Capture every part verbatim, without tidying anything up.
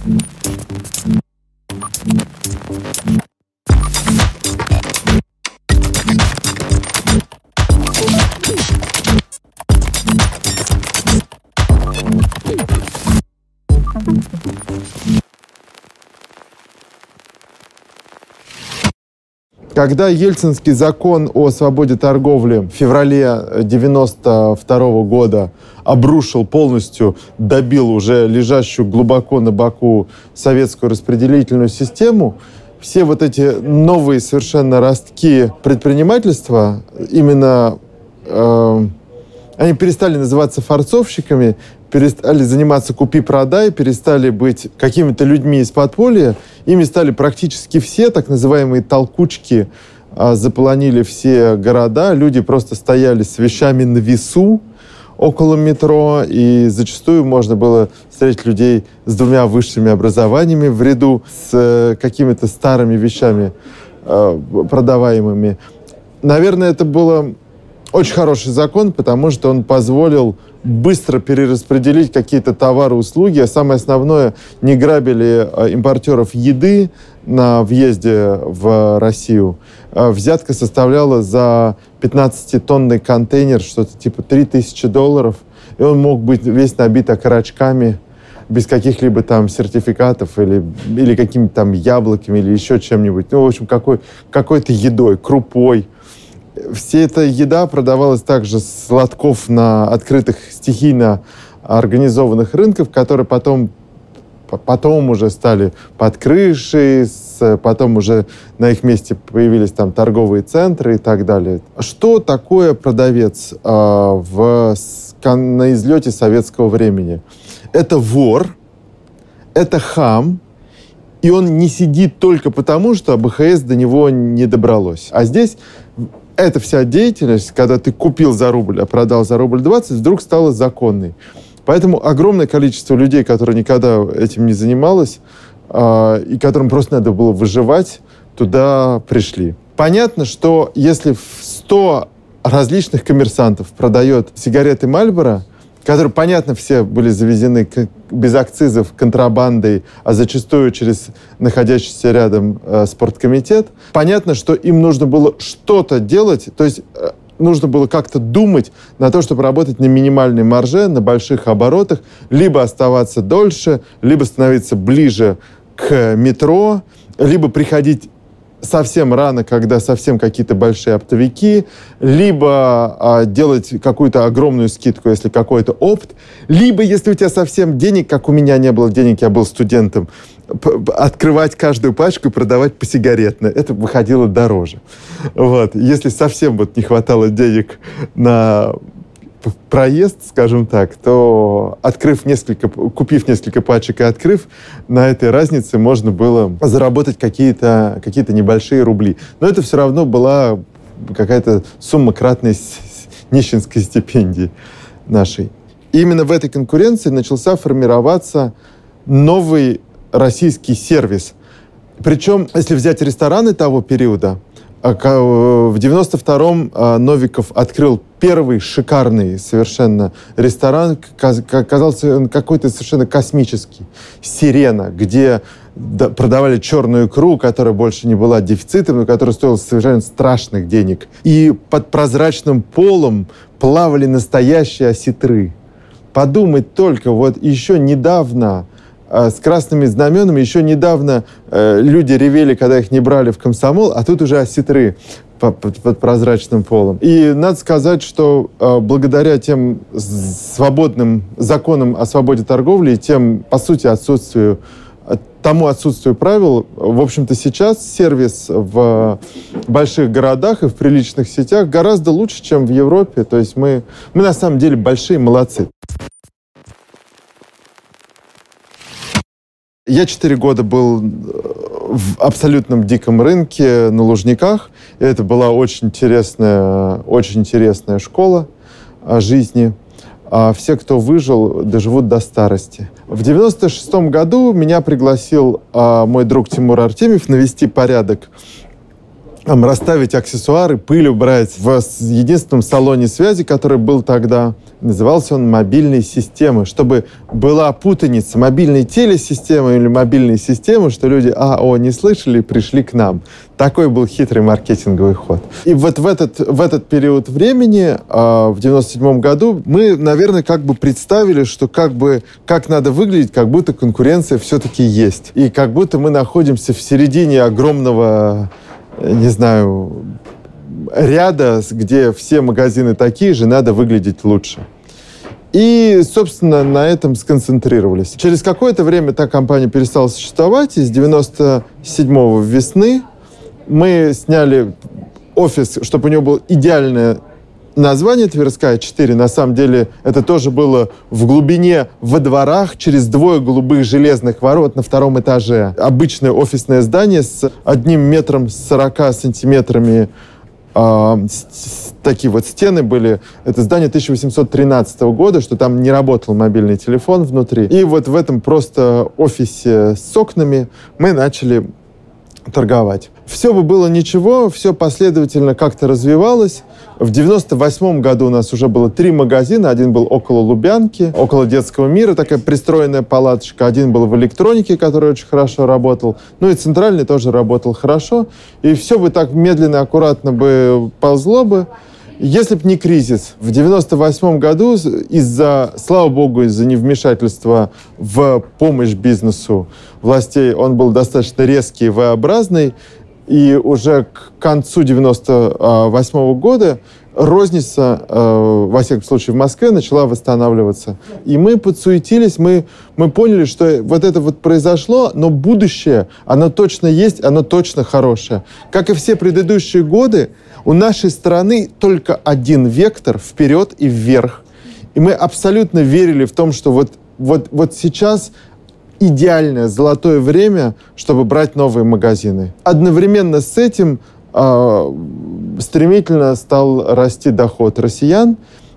Когда Ельцинский закон о свободе торговли в феврале девяносто второго года обрушил полностью, добил уже лежащую глубоко на боку советскую распределительную систему, все вот эти новые совершенно ростки предпринимательства, именно э, они перестали называться форцовщиками, перестали заниматься купи-продай, перестали быть какими-то людьми из подполья. Ими стали практически все, так называемые толкучки, а, заполонили все города. Люди просто стояли с вещами на весу около метро, и зачастую можно было встретить людей с двумя высшими образованиями в ряду с э, какими-то старыми вещами э, продаваемыми. Наверное, это было очень хороший закон, потому что он позволил быстро перераспределить какие-то товары, услуги, а самое основное, не грабили импортеров еды на въезде в Россию. Взятка составляла за пятнадцатитонный контейнер что-то типа три тысячи долларов, и он мог быть весь набит окорочками, без каких-либо там сертификатов или, или какими-то там яблоками или еще чем-нибудь. Ну, в общем, какой, какой-то едой, крупой. Вся эта еда продавалась также с лотков на открытых стихийно организованных рынках, которые потом, потом уже стали под крышей, с, потом уже на их месте появились там торговые центры и так далее. Что такое продавец э, в, на излете советского времени? Это вор, это хам, и он не сидит только потому, что АБХС до него не добралось. А здесь эта вся деятельность, когда ты купил за рубль, а продал за рубль двадцать, вдруг стала законной. Поэтому огромное количество людей, которые никогда этим не занималось, э, и которым просто надо было выживать, туда пришли. Понятно, что если сто различных коммерсантов продает сигареты Marlboro, которые, понятно, все были завезены без акцизов, контрабандой, а зачастую через находящийся рядом э, спорткомитет. Понятно, что им нужно было что-то делать, то есть э, нужно было как-то думать на то, чтобы работать на минимальной марже, на больших оборотах, либо оставаться дольше, либо становиться ближе к метро, либо приходить совсем рано, когда совсем какие-то большие оптовики, либо а, делать какую-то огромную скидку, если какой-то опт, либо, если у тебя совсем денег, как у меня не было денег, я был студентом, открывать каждую пачку и продавать посигаретно. Это выходило дороже. Вот. Если совсем вот не хватало денег на проезд, скажем так, то открыв несколько, купив несколько пачек и открыв, на этой разнице можно было заработать какие-то, какие-то небольшие рубли. Но это все равно была какая-то сумма кратной нищенской стипендии нашей. И именно в этой конкуренции начался формироваться новый российский сервис. Причем, если взять рестораны того периода, в девяносто втором Новиков открыл первый шикарный совершенно ресторан, казался он какой-то совершенно космический. «Сирена», где продавали черную икру, которая больше не была дефицитом, но которая стоила совершенно страшных денег. И под прозрачным полом плавали настоящие осетры. Подумать только, вот еще недавно с красными знаменами. Еще недавно э, люди ревели, когда их не брали в комсомол, а тут уже осетры под, под прозрачным полом. И надо сказать, что э, благодаря тем свободным законам о свободе торговли и тем, по сути, отсутствию, тому отсутствию правил, в общем-то, сейчас сервис в больших городах и в приличных сетях гораздо лучше, чем в Европе. То есть мы, мы на самом деле большие молодцы. Я четыре года был в абсолютном диком рынке на Лужниках. И это была очень интересная, очень интересная школа жизни. А все, кто выжил, доживут до старости. В девяносто шестом году меня пригласил а, мой друг Тимур Артемьев навести порядок там, расставить аксессуары, пыль убрать в единственном салоне связи, который был тогда. Назывался он «Мобильные системы», чтобы была путаница мобильной телесистемы или мобильной системы, что люди а, о, не слышали и пришли к нам. Такой был хитрый маркетинговый ход. И вот в этот, в этот период времени, в девяносто седьмом году, мы, наверное, как бы представили, что как бы, как надо выглядеть, как будто конкуренция все-таки есть. И как будто мы находимся в середине огромного, не знаю, ряда, где все магазины такие же, надо выглядеть лучше. И, собственно, на этом сконцентрировались. Через какое-то время та компания перестала существовать, и с девяносто седьмого весны мы сняли офис, чтобы у него было идеальное название «Тверская четыре». На самом деле это тоже было в глубине, во дворах, через двое голубых железных ворот на втором этаже. Обычное офисное здание с одним метром сорока сантиметрами. А, с, с, такие вот стены были. Это здание тысяча восемьсот тринадцатого года, что там не работал мобильный телефон внутри. И вот в этом просто офисе с окнами мы начали торговать. Все бы было ничего, все последовательно как-то развивалось. В девяносто восьмом году у нас уже было три магазина. Один был около Лубянки, около Детского мира, такая пристроенная палаточка. Один был в электронике, который очень хорошо работал. Ну и центральный тоже работал хорошо. И все бы так медленно, аккуратно бы ползло бы, если бы не кризис. В девяносто восьмом году из-за, слава богу, из-за невмешательства в помощь бизнесу властей, он был достаточно резкий и V-образный, и уже к концу девяносто восьмого года розница, во всяком случае в Москве, начала восстанавливаться. И мы подсуетились, мы, мы поняли, что вот это вот произошло, но будущее, оно точно есть, оно точно хорошее. Как и все предыдущие годы, у нашей страны только один вектор вперед и вверх. И мы абсолютно верили в том, что вот, вот, вот сейчас идеальное золотое время, чтобы брать новые магазины. Одновременно с этим э, стремительно стал расти доход россиян,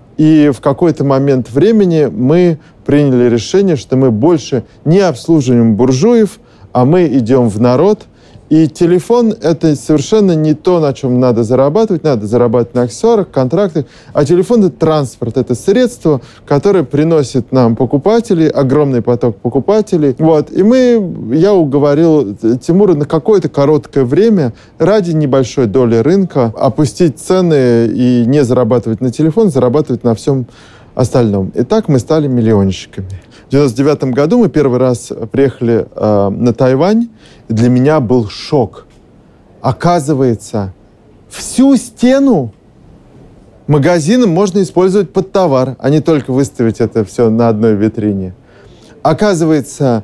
и в какой-то момент времени мы приняли решение, что мы больше не обслуживаем буржуев, а мы идем в народ. И телефон — это совершенно не то, на чем надо зарабатывать. Надо зарабатывать на аксессуарах, контрактах. А телефон — это транспорт, это средство, которое приносит нам покупателей, огромный поток покупателей. Вот. И мы, я уговорил Тимура на какое-то короткое время ради небольшой доли рынка опустить цены и не зарабатывать на телефон, зарабатывать на всем остальном. И так мы стали миллионщиками. В девяносто девятом году мы первый раз приехали э, на Тайвань, и для меня был шок. Оказывается, всю стену магазина можно использовать под товар, а не только выставить это все на одной витрине. Оказывается,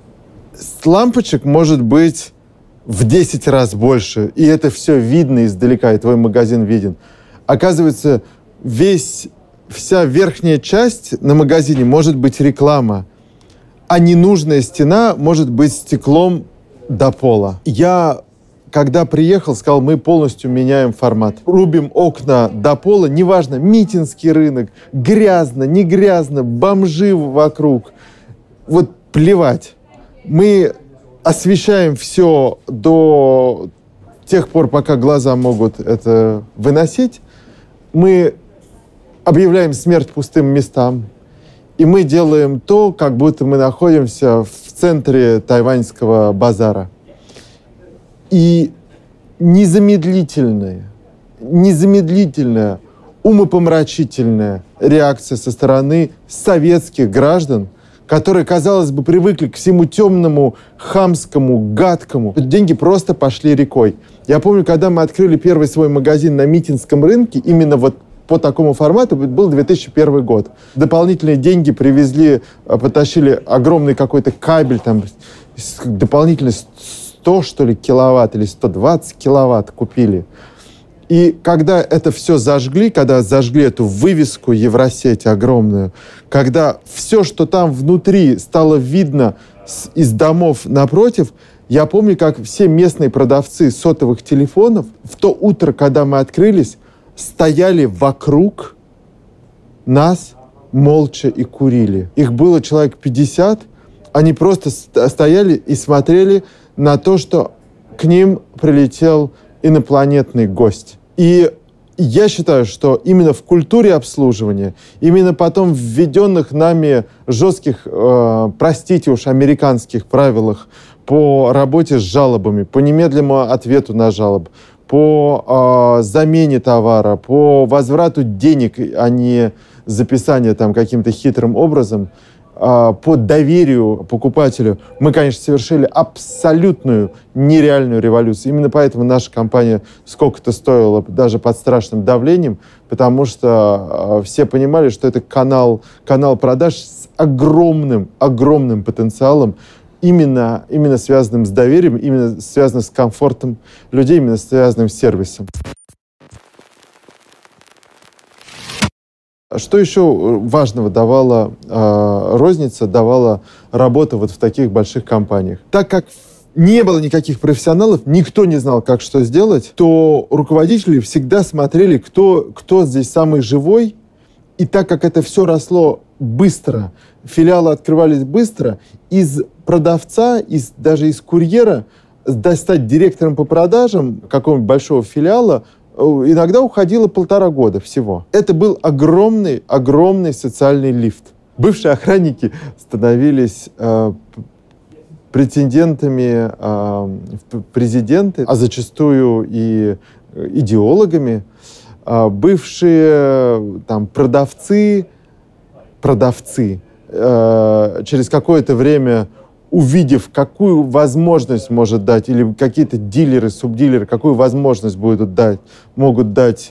лампочек может быть в десять раз больше, и это все видно издалека, и твой магазин виден. Оказывается, весь... Вся верхняя часть на магазине может быть реклама, а ненужная стена может быть стеклом до пола. Я, когда приехал, сказал, мы полностью меняем формат. Рубим окна до пола, неважно, митинский рынок, грязно, не грязно, бомжи вокруг. Вот плевать. Мы освещаем все до тех пор, пока глаза могут это выносить. Мы объявляем смерть пустым местам. И мы делаем то, как будто мы находимся в центре тайваньского базара. И незамедлительная, незамедлительная, умопомрачительная реакция со стороны советских граждан, которые, казалось бы, привыкли к всему темному, хамскому, гадкому. Деньги просто пошли рекой. Я помню, когда мы открыли первый свой магазин на Митинском рынке, именно вот по такому формату, был две тысячи первый год. Дополнительные деньги привезли, потащили огромный какой-то кабель, там дополнительно сто, что ли, киловатт или сто двадцать киловатт купили. И когда это все зажгли, когда зажгли эту вывеску Евросеть огромную, когда все, что там внутри, стало видно с, из домов напротив, я помню, как все местные продавцы сотовых телефонов в то утро, когда мы открылись, стояли вокруг нас молча и курили. Их было человек пятьдесят. Они просто стояли и смотрели на то, что к ним прилетел инопланетный гость. И я считаю, что именно в культуре обслуживания, именно потом введенных нами жестких, э, простите уж, американских правилах по работе с жалобами, по немедленному ответу на жалобы, по э, замене товара, по возврату денег, а не записание там каким-то хитрым образом, э, по доверию покупателю, мы, конечно, совершили абсолютную нереальную революцию. Именно поэтому наша компания сколько-то стоила даже под страшным давлением, потому что э, все понимали, что это канал, канал продаж с огромным, огромным потенциалом, Именно, именно связанным с доверием, именно связанным с комфортом людей, именно связанным с сервисом. Что еще важного давала э, розница, давала работа вот в таких больших компаниях? Так как не было никаких профессионалов, никто не знал, как что сделать, то руководители всегда смотрели, кто, кто здесь самый живой. И так как это все росло быстро, филиалы открывались быстро, из продавца, из, даже из курьера достать директором по продажам какого-нибудь большого филиала иногда уходило полтора года всего. Это был огромный, огромный социальный лифт. Бывшие охранники становились э, претендентами э, в президенты, а зачастую и идеологами. Э, бывшие там, продавцы, продавцы э, через какое-то время, увидев, какую возможность может дать, или какие-то дилеры, субдилеры, какую возможность будут дать, могут дать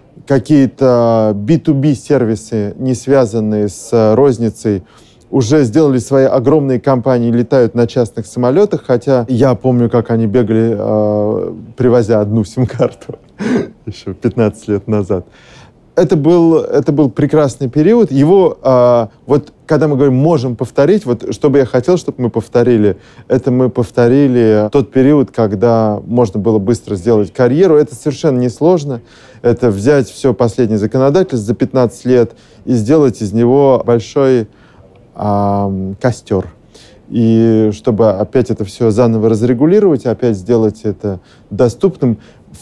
какие-то би ту би сервисы, не связанные с розницей, уже сделали свои огромные компании, летают на частных самолетах, хотя я помню, как они бегали, э, привозя одну сим-карту еще пятнадцать лет назад. Это был, это был прекрасный период. Его, а, вот когда мы говорим «можем повторить», вот что бы я хотел, чтобы мы повторили, это мы повторили тот период, когда можно было быстро сделать карьеру. Это совершенно несложно. Это взять все последнее законодательство за пятнадцать лет и сделать из него большой а, костер. И чтобы опять это все заново разрегулировать, опять сделать это доступным.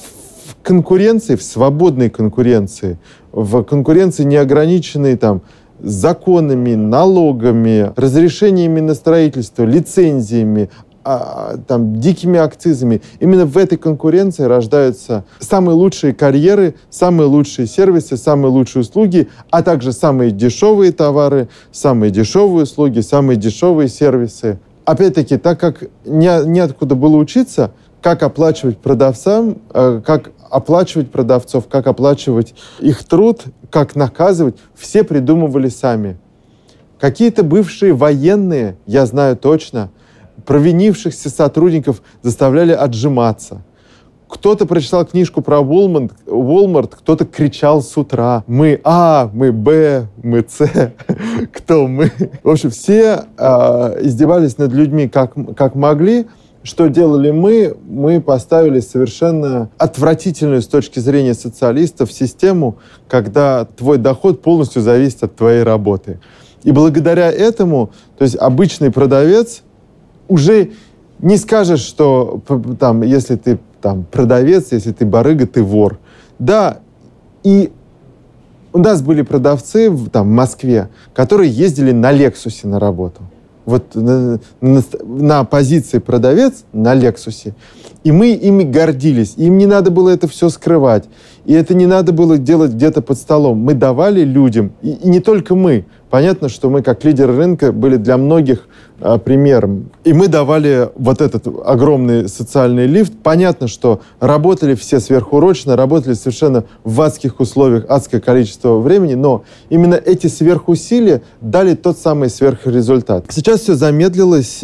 В конкуренции, в свободной конкуренции, в конкуренции, не ограниченной там, законами, налогами, разрешениями на строительство, лицензиями, а, там, дикими акцизами. Именно в этой конкуренции рождаются самые лучшие карьеры, самые лучшие сервисы, самые лучшие услуги, а также самые дешевые товары, самые дешевые услуги, самые дешевые сервисы. Опять-таки, так как не, неоткуда было учиться, как оплачивать продавцам, как оплачивать продавцов, как оплачивать их труд, как наказывать, все придумывали сами. Какие-то бывшие военные, я знаю точно, провинившихся сотрудников заставляли отжиматься. Кто-то прочитал книжку про Walmart, Walmart, кто-то кричал с утра. Мы А, мы Б, мы С, кто мы? В общем, все э, издевались над людьми как, как могли. Что делали мы? Мы поставили совершенно отвратительную с точки зрения социалистов систему, когда твой доход полностью зависит от твоей работы. И благодаря этому, то есть обычный продавец уже не скажешь, что там, если ты там, продавец, если ты барыга, ты вор. Да, и у нас были продавцы там, в Москве, которые ездили на Лексусе на работу. Вот на, на, на позиции продавец на Лексусе. И мы ими гордились. Им не надо было это все скрывать. И это не надо было делать где-то под столом. Мы давали людям, и, и не только мы. Понятно, что мы, как лидеры рынка, были для многих а, примером. И мы давали вот этот огромный социальный лифт. Понятно, что работали все сверхурочно, работали совершенно в адских условиях, адское количество времени, но именно эти сверхусилия дали тот самый сверхрезультат. Сейчас все замедлилось,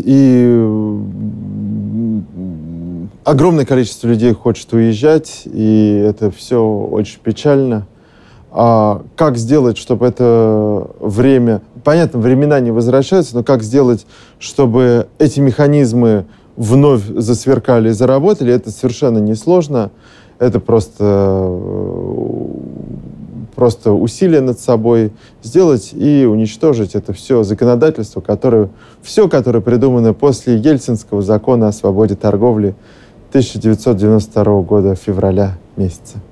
и огромное количество людей хочет уезжать, и это все очень печально. А как сделать, чтобы это время... Понятно, времена не возвращаются, но как сделать, чтобы эти механизмы вновь засверкали и заработали, это совершенно несложно. Это просто, просто усилие над собой сделать и уничтожить это все законодательство, которое, все, которое придумано после Ельцинского закона о свободе торговли тысяча девятьсот девяносто второго года, февраля месяца.